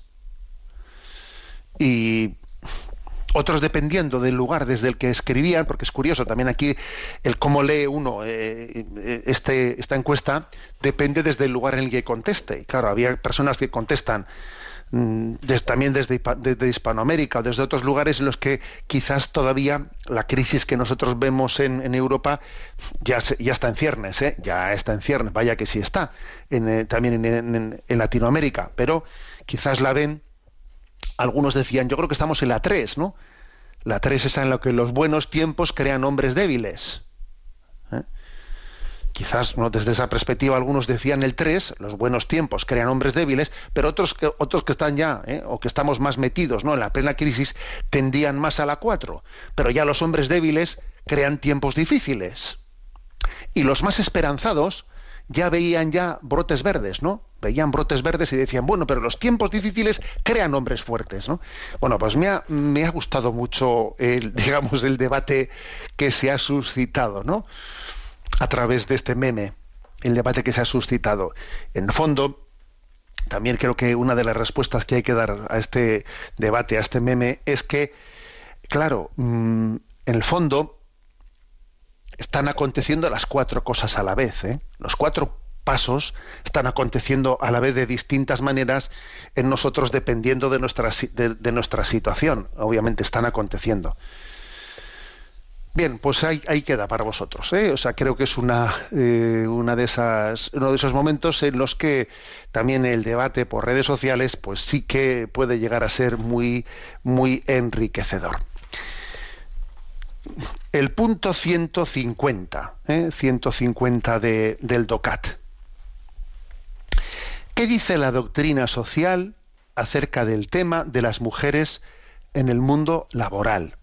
Y otros, dependiendo del lugar desde el que escribían, porque es curioso también aquí el cómo lee uno eh, este, esta encuesta, depende desde el lugar en el que conteste. Y claro, había personas que contestan mmm, desde, también desde, desde Hispanoamérica o desde otros lugares en los que quizás todavía la crisis que nosotros vemos en, en Europa ya, se, ya está en ciernes, ¿eh? ya está en ciernes, vaya que sí está, en, eh, también en, en, en Latinoamérica, pero quizás la ven. Algunos decían, yo creo que estamos en la tres, ¿no? La tres es en la que los buenos tiempos crean hombres débiles. ¿Eh? Quizás, ¿no?, desde esa perspectiva algunos decían el tres, los buenos tiempos crean hombres débiles, pero otros que, otros que están ya, ¿eh?, o que estamos más metidos, ¿no?, en la plena crisis, tendían más a la cuatro. Pero ya los hombres débiles crean tiempos difíciles. Y los más esperanzados ya veían ya brotes verdes, ¿no? Veían brotes verdes y decían, bueno, pero los tiempos difíciles crean hombres fuertes, ¿no? Bueno, pues me ha, me ha gustado mucho el, digamos, el debate que se ha suscitado, ¿no?, a través de este meme, el debate que se ha suscitado. En el fondo, también creo que una de las respuestas que hay que dar a este debate, a este meme, es que, claro, en el fondo están aconteciendo las cuatro cosas a la vez, ¿eh? Los cuatro pasos están aconteciendo a la vez de distintas maneras en nosotros dependiendo de nuestra, de, de nuestra situación. Obviamente están aconteciendo. Bien, pues ahí, ahí queda para vosotros, ¿eh? O sea, creo que es una, eh, una de esas, uno de esos momentos en los que también el debate por redes sociales, pues sí que puede llegar a ser muy, muy enriquecedor. El punto ciento cincuenta, ¿eh? ciento cincuenta de, del DOCAT. ¿Qué dice la doctrina social acerca del tema de las mujeres en el mundo laboral?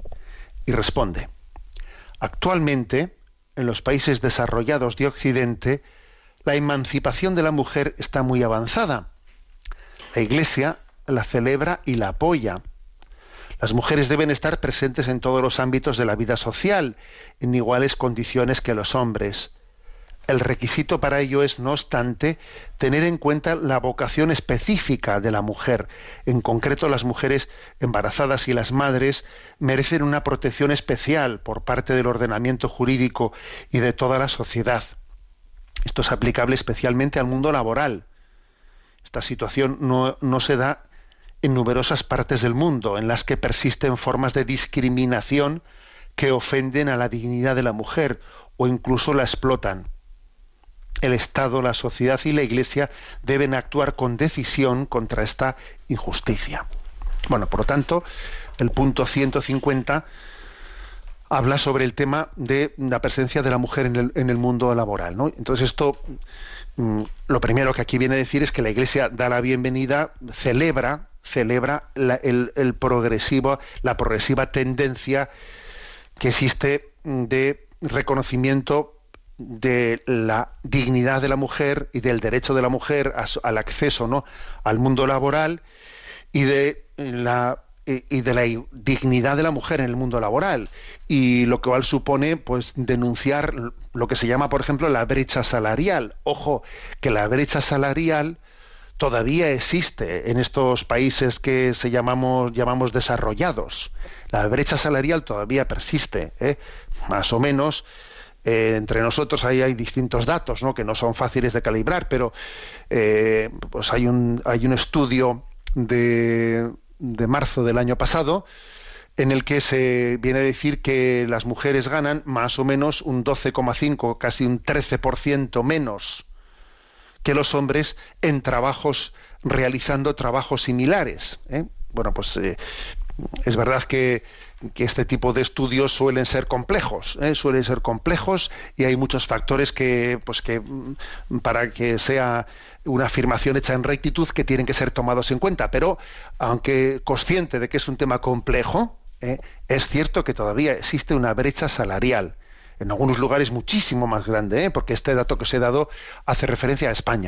Y responde: actualmente, en los países desarrollados de Occidente, la emancipación de la mujer está muy avanzada. La Iglesia la celebra y la apoya. Las mujeres deben estar presentes en todos los ámbitos de la vida social, en iguales condiciones que los hombres. El requisito para ello es, no obstante, tener en cuenta la vocación específica de la mujer. En concreto, las mujeres embarazadas y las madres merecen una protección especial por parte del ordenamiento jurídico y de toda la sociedad. Esto es aplicable especialmente al mundo laboral. Esta situación no, no se da en numerosas partes del mundo, en las que persisten formas de discriminación que ofenden a la dignidad de la mujer o incluso la explotan. El Estado, la sociedad y la Iglesia deben actuar con decisión contra esta injusticia. Bueno, por lo tanto, el punto ciento cincuenta habla sobre el tema de la presencia de la mujer en el, en el mundo laboral, ¿no? Entonces esto, mm, lo primero que aquí viene a decir es que la Iglesia da la bienvenida, celebra, celebra la, el, el progresivo, la progresiva tendencia que existe de reconocimiento de la dignidad de la mujer y del derecho de la mujer a, al acceso, ¿no?, al mundo laboral y de la y de la dignidad de la mujer en el mundo laboral, y lo cual supone, pues, denunciar lo que se llama, por ejemplo, la brecha salarial. Ojo, que la brecha salarial todavía existe en estos países que se llamamos llamamos desarrollados. La brecha salarial todavía persiste, ¿eh? Más o menos. Eh, entre nosotros ahí hay distintos datos, ¿no?, que no son fáciles de calibrar, pero eh, pues hay un hay un estudio de de marzo del año pasado en el que se viene a decir que las mujeres ganan más o menos un doce coma cinco, casi un trece por ciento menos que los hombres en trabajos, realizando trabajos similares, ¿eh? Bueno, pues eh, es verdad que, que este tipo de estudios suelen ser complejos, ¿eh? suelen ser complejos y hay muchos factores que, pues que para que sea una afirmación hecha en rectitud, que tienen que ser tomados en cuenta. Pero, aunque consciente de que es un tema complejo, ¿eh? es cierto que todavía existe una brecha salarial, en algunos lugares muchísimo más grande, ¿eh? porque este dato que os he dado hace referencia a España.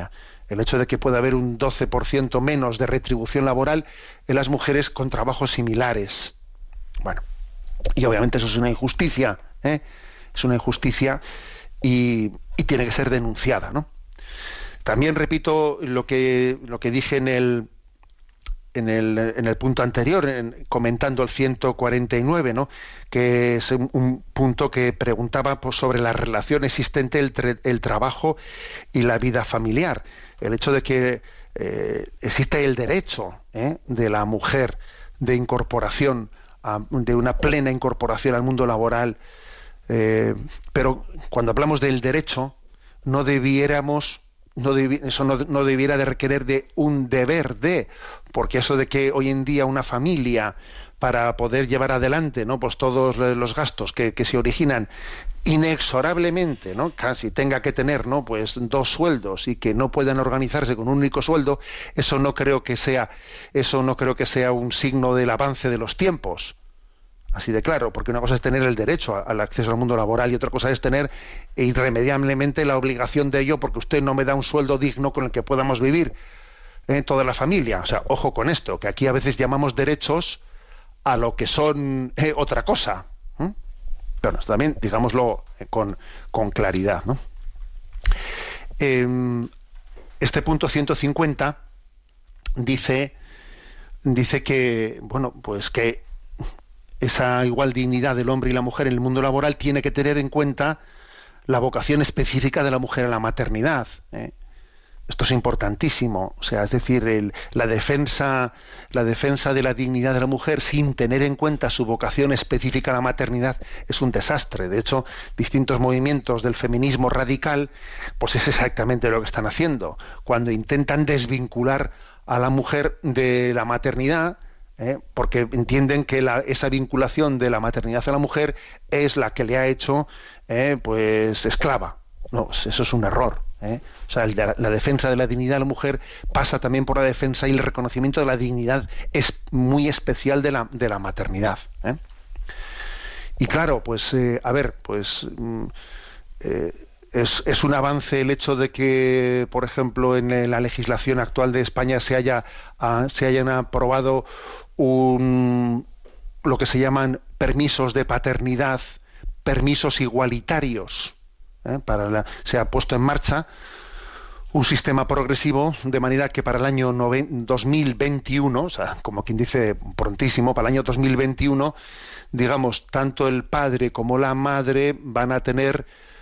el hecho de que pueda haber un doce por ciento menos de retribución laboral en las mujeres con trabajos similares. Bueno, y obviamente eso es una injusticia, ¿eh? Es una injusticia y, y tiene que ser denunciada, ¿no? También repito lo que lo que dije en el en el en el punto anterior, en, comentando el ciento cuarenta y nueve, ¿no? Que es un, un punto que preguntaba pues, sobre la relación existente entre el trabajo y la vida familiar. El hecho de que eh, existe el derecho ¿eh? de la mujer de incorporación, a, de una plena incorporación al mundo laboral, eh, pero cuando hablamos del derecho no debiéramos No debi- eso no, no debiera de requerir de un deber de, porque eso de que hoy en día una familia, para poder llevar adelante, ¿no? Pues todos los gastos que, que se originan inexorablemente, ¿no? Casi tenga que tener, ¿no? Pues dos sueldos y que no puedan organizarse con un único sueldo, eso no creo que sea, eso no creo que sea un signo del avance de los tiempos. Así de claro, porque una cosa es tener el derecho al acceso al mundo laboral y otra cosa es tener irremediablemente la obligación de ello porque usted no me da un sueldo digno con el que podamos vivir eh, toda la familia. O sea, ojo con esto, que aquí a veces llamamos derechos a lo que son eh, otra cosa. ¿eh? Bueno, también digámoslo eh, con, con claridad, ¿no? Eh, este punto ciento cincuenta dice, dice que, bueno, pues que esa igual dignidad del hombre y la mujer en el mundo laboral tiene que tener en cuenta la vocación específica de la mujer a la maternidad. ¿eh? Esto es importantísimo. O sea, es decir, el, la defensa, la defensa de la dignidad de la mujer sin tener en cuenta su vocación específica a la maternidad es un desastre. De hecho, distintos movimientos del feminismo radical, pues es exactamente lo que están haciendo. Cuando intentan desvincular a la mujer de la maternidad, ¿Eh? porque entienden que la, esa vinculación de la maternidad a la mujer es la que le ha hecho eh, pues esclava. No, eso es un error. ¿eh? O sea, el de la, la defensa de la dignidad de la mujer pasa también por la defensa y el reconocimiento de la dignidad es muy especial de la, de la maternidad. ¿eh? Y claro, pues eh, a ver, pues mm, eh, es, es un avance el hecho de que, por ejemplo, en la legislación actual de España se haya uh, se hayan aprobado Un, lo que se llaman permisos de paternidad, permisos igualitarios. ¿eh? Para la, se ha puesto en marcha un sistema progresivo de manera que para el año dos mil veintiuno, o sea, como quien dice prontísimo, para el año dos mil veintiuno, digamos, tanto el padre como la madre van a tener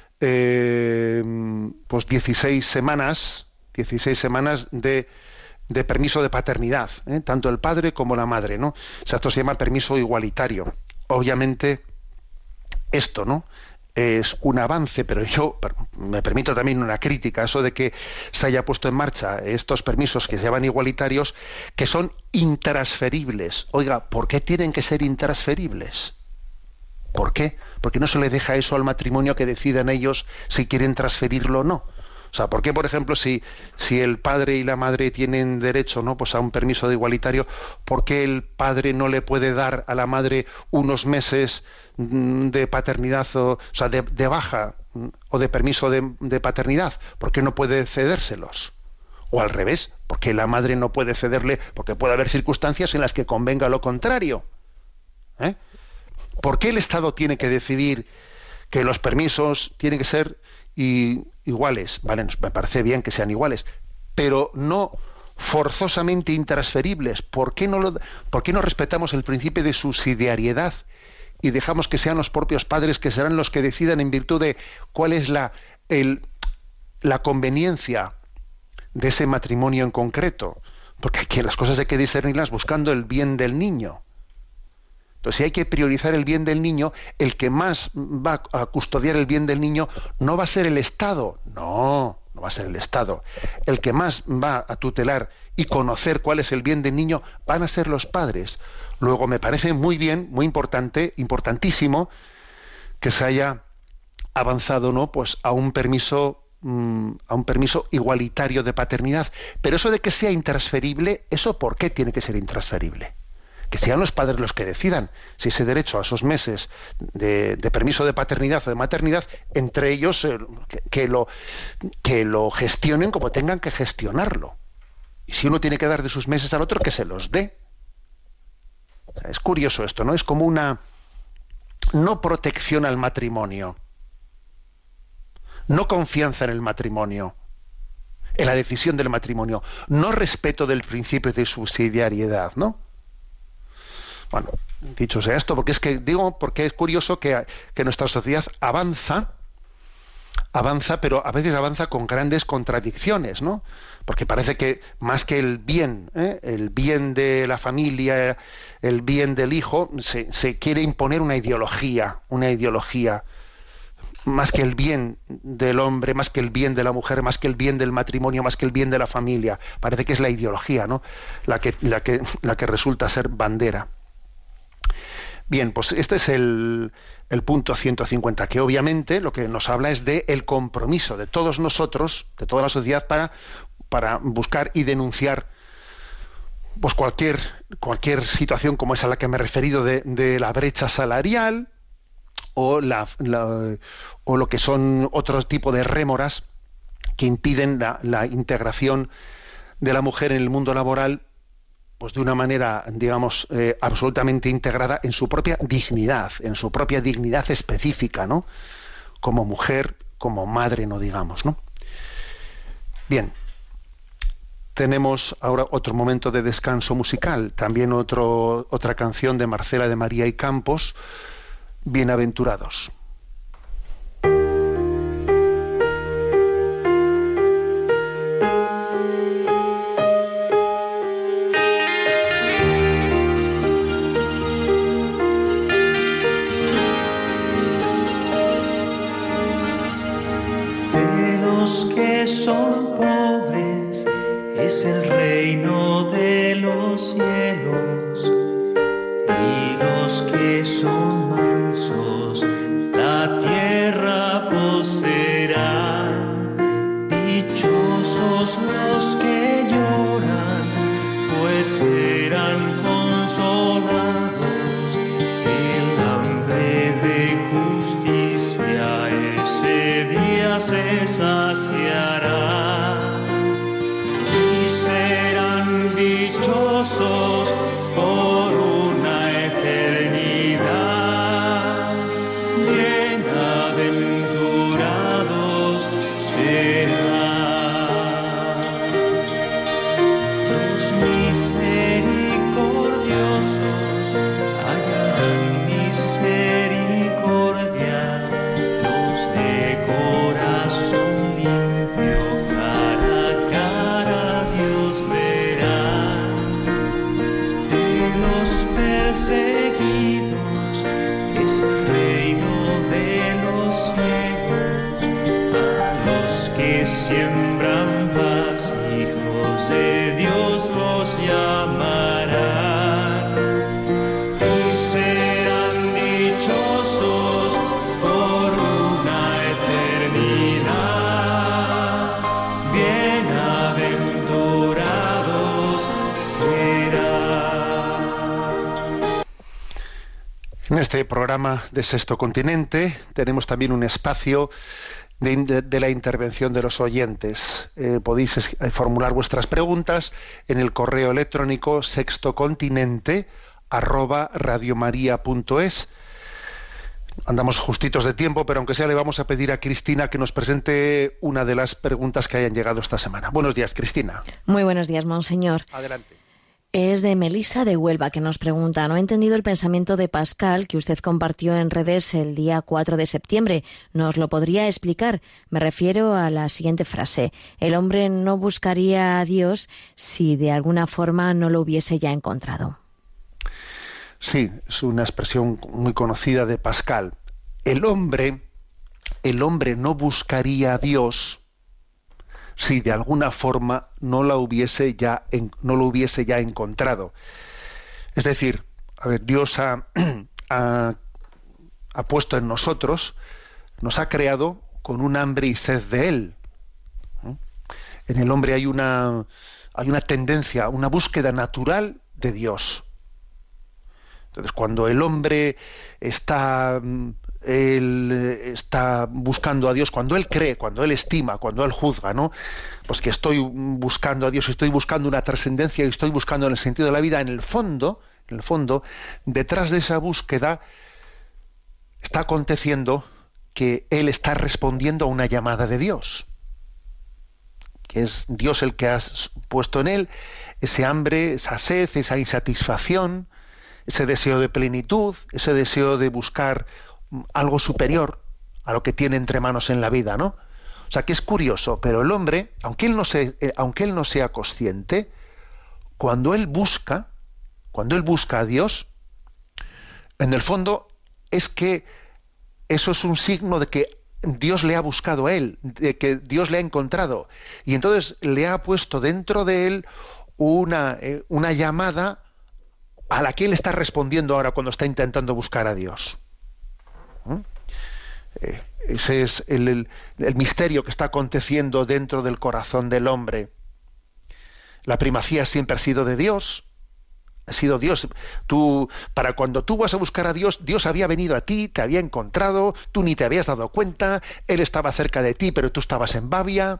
eh, pues dieciséis semanas, dieciséis semanas de de permiso de paternidad, ¿eh? tanto el padre como la madre, ¿no? O sea, esto se llama permiso igualitario. Obviamente, esto, ¿no? Es un avance, pero yo me permito también una crítica, eso de que se haya puesto en marcha estos permisos que se llaman igualitarios, que son intransferibles. Oiga, ¿por qué tienen que ser intransferibles? ¿Por qué? Porque no se le deja eso al matrimonio que decidan ellos si quieren transferirlo o no. O sea, ¿por qué, por ejemplo, si, si el padre y la madre tienen derecho, ¿no? pues a un permiso de igualitario, ¿por qué el padre no le puede dar a la madre unos meses de paternidad, o, o sea, de, de baja o de permiso de, de paternidad? ¿Por qué no puede cedérselos? O al revés, ¿por qué la madre no puede cederle? Porque puede haber circunstancias en las que convenga lo contrario. ¿Eh? ¿Por qué el Estado tiene que decidir que los permisos tienen que ser y iguales? Vale, me parece bien que sean iguales, pero no forzosamente intransferibles. ¿Por qué no lo, por qué no respetamos el principio de subsidiariedad y dejamos que sean los propios padres que serán los que decidan en virtud de cuál es la, el, la conveniencia de ese matrimonio en concreto? Porque aquí las cosas hay que discernirlas buscando el bien del niño. Entonces, si hay que priorizar el bien del niño, el que más va a custodiar el bien del niño no va a ser el Estado. No, no va a ser el Estado. El que más va a tutelar y conocer cuál es el bien del niño van a ser los padres. Luego, me parece muy bien, muy importante, importantísimo, que se haya avanzado, ¿no? Pues a un permiso, mmm, a un permiso igualitario de paternidad. Pero eso de que sea intransferible, ¿eso por qué tiene que ser intransferible? que sean los padres los que decidan si ese derecho a esos meses de, de permiso de paternidad o de maternidad, entre ellos eh, que, que, lo, que lo gestionen como tengan que gestionarlo. Y si uno tiene que dar de sus meses al otro, que se los dé. O sea, es curioso esto, ¿no? Es como una no protección al matrimonio, no confianza en el matrimonio, en la decisión del matrimonio, no respeto del principio de subsidiariedad, ¿no? Bueno, dicho sea esto, porque es que digo, porque es curioso que, que nuestra sociedad avanza, avanza, pero a veces avanza con grandes contradicciones, ¿no? Porque parece que más que el bien, ¿eh? el bien de la familia, el bien del hijo, se, se quiere imponer una ideología, una ideología. Más que el bien del hombre, más que el bien de la mujer, más que el bien del matrimonio, más que el bien de la familia. Parece que es la ideología, ¿no? La que, la que, la que resulta ser bandera. Bien, pues este es el, el punto ciento cincuenta, que obviamente lo que nos habla es de el compromiso de todos nosotros, de toda la sociedad, para, para buscar y denunciar pues cualquier, cualquier situación como esa a la que me he referido de, de la brecha salarial, o, la, la, o lo que son otro tipo de rémoras que impiden la, la integración de la mujer en el mundo laboral, pues de una manera, digamos, eh, absolutamente integrada en su propia dignidad, en su propia dignidad específica, ¿no? Como mujer, como madre, no digamos, ¿no? Bien, tenemos ahora otro momento de descanso musical, también otro, otra canción de Marcela de María y Campos, Bienaventurados. De los que son pobres es el reino de los cielos, y los que son mansos la tierra poseerán. Dichosos los que lloran, pues serán consolados. El hambre de justicia ese día se saciará, y serán dichosos por una eternidad. Bienaventurados serán los misericordiosos, hallarán misericordia. Los de corazón limpio, cara a cara Dios verán. De los perseguidos es el reino de los cielos, a los que siembran paz, hijos de Dios los llamará, y serán dichosos por una eternidad. Bienaventurados serán. En este programa de Sexto Continente tenemos también un espacio de, de, de la intervención de los oyentes. Eh, podéis es, eh, formular vuestras preguntas en el correo electrónico sextocontinente arroba radiomaria.es. Andamos justitos de tiempo, pero aunque sea le vamos a pedir a Cristina que nos presente una de las preguntas que hayan llegado esta semana. Buenos días, Cristina. Muy buenos días, monseñor. Adelante. Es de Melisa de Huelva, que nos pregunta: no he entendido el pensamiento de Pascal que usted compartió en redes el día cuatro de septiembre. ¿Nos lo podría explicar? Me refiero a la siguiente frase: el hombre no buscaría a Dios si de alguna forma no lo hubiese ya encontrado. Sí, es una expresión muy conocida de Pascal. El hombre, el hombre no buscaría a Dios si de alguna forma no la hubiese ya en, no lo hubiese ya encontrado. Es decir, a ver, Dios ha, ha, ha puesto en nosotros, nos ha creado con un hambre y sed de Él. En el hombre hay una, hay una tendencia, una búsqueda natural de Dios. Entonces, cuando el hombre está, él está buscando a Dios, cuando él cree, cuando él estima, cuando él juzga, ¿no? Pues que estoy buscando a Dios, estoy buscando una trascendencia y estoy buscando el sentido de la vida, en el fondo, en el fondo, detrás de esa búsqueda está aconteciendo que él está respondiendo a una llamada de Dios, que es Dios el que ha puesto en él ese hambre, esa sed, esa insatisfacción, ese deseo de plenitud, ese deseo de buscar algo superior a lo que tiene entre manos en la vida, ¿no? O sea, que es curioso, pero el hombre, aunque él no se, eh, aunque él no sea consciente, cuando él busca, cuando él busca a Dios, en el fondo es que eso es un signo de que Dios le ha buscado a él, de que Dios le ha encontrado, y entonces le ha puesto dentro de él una, eh, una llamada a la que él está respondiendo ahora cuando está intentando buscar a Dios. ¿Mm? Eh, ese es el, el, el misterio que está aconteciendo dentro del corazón del hombre. La primacía siempre ha sido de Dios. Ha sido Dios. Tú, para cuando tú vas a buscar a Dios, Dios había venido a ti, te había encontrado, tú ni te habías dado cuenta, Él estaba cerca de ti, pero tú estabas en Babia.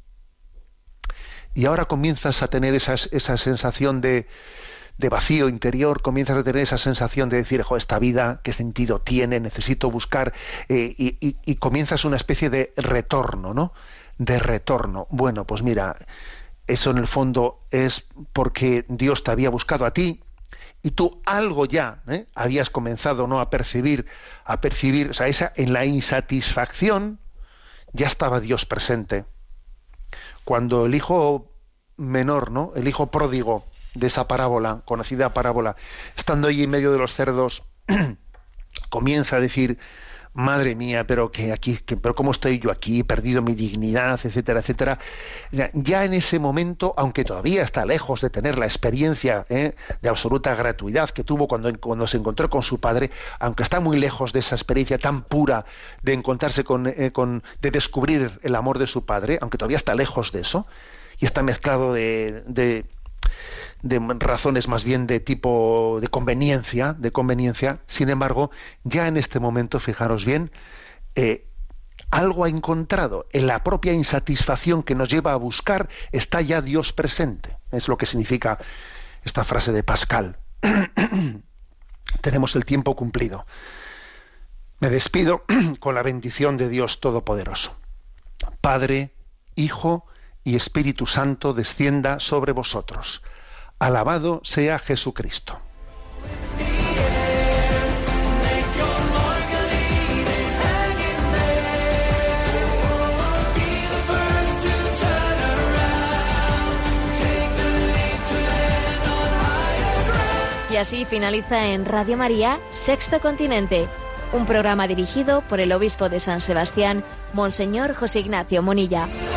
Y ahora comienzas a tener esa, esa sensación de, de vacío interior, comienzas a tener esa sensación de decir, jo, esta vida, ¿qué sentido tiene? Necesito buscar, eh, y, y, y comienzas una especie de retorno, ¿no? De retorno. Bueno, pues mira, eso en el fondo es porque Dios te había buscado a ti y tú algo ya ¿eh? habías comenzado, ¿no?, a percibir, a percibir, o sea, esa, en la insatisfacción ya estaba Dios presente. Cuando el hijo menor, ¿no?, el hijo pródigo de esa parábola, conocida parábola, estando allí en medio de los cerdos, comienza a decir, madre mía, pero que aquí, que, pero cómo estoy yo aquí, he perdido mi dignidad, etcétera, etcétera. Ya, ya en ese momento, aunque todavía está lejos de tener la experiencia ¿eh? de absoluta gratuidad que tuvo cuando, cuando se encontró con su padre, aunque está muy lejos de esa experiencia tan pura de encontrarse con, eh, con, de descubrir el amor de su padre, aunque todavía está lejos de eso, y está mezclado de, de de razones más bien de tipo de conveniencia, de conveniencia. Sin embargo, ya en este momento, fijaros bien, eh, algo ha encontrado. En la propia insatisfacción que nos lleva a buscar está ya Dios presente. Es lo que significa esta frase de Pascal. Tenemos el tiempo cumplido. Me despido con la bendición de Dios Todopoderoso. Padre, Hijo y Espíritu Santo descienda sobre vosotros. Alabado sea Jesucristo. Y así finaliza en Radio María, Sexto Continente, un programa dirigido por el obispo de San Sebastián, Monseñor José Ignacio Munilla.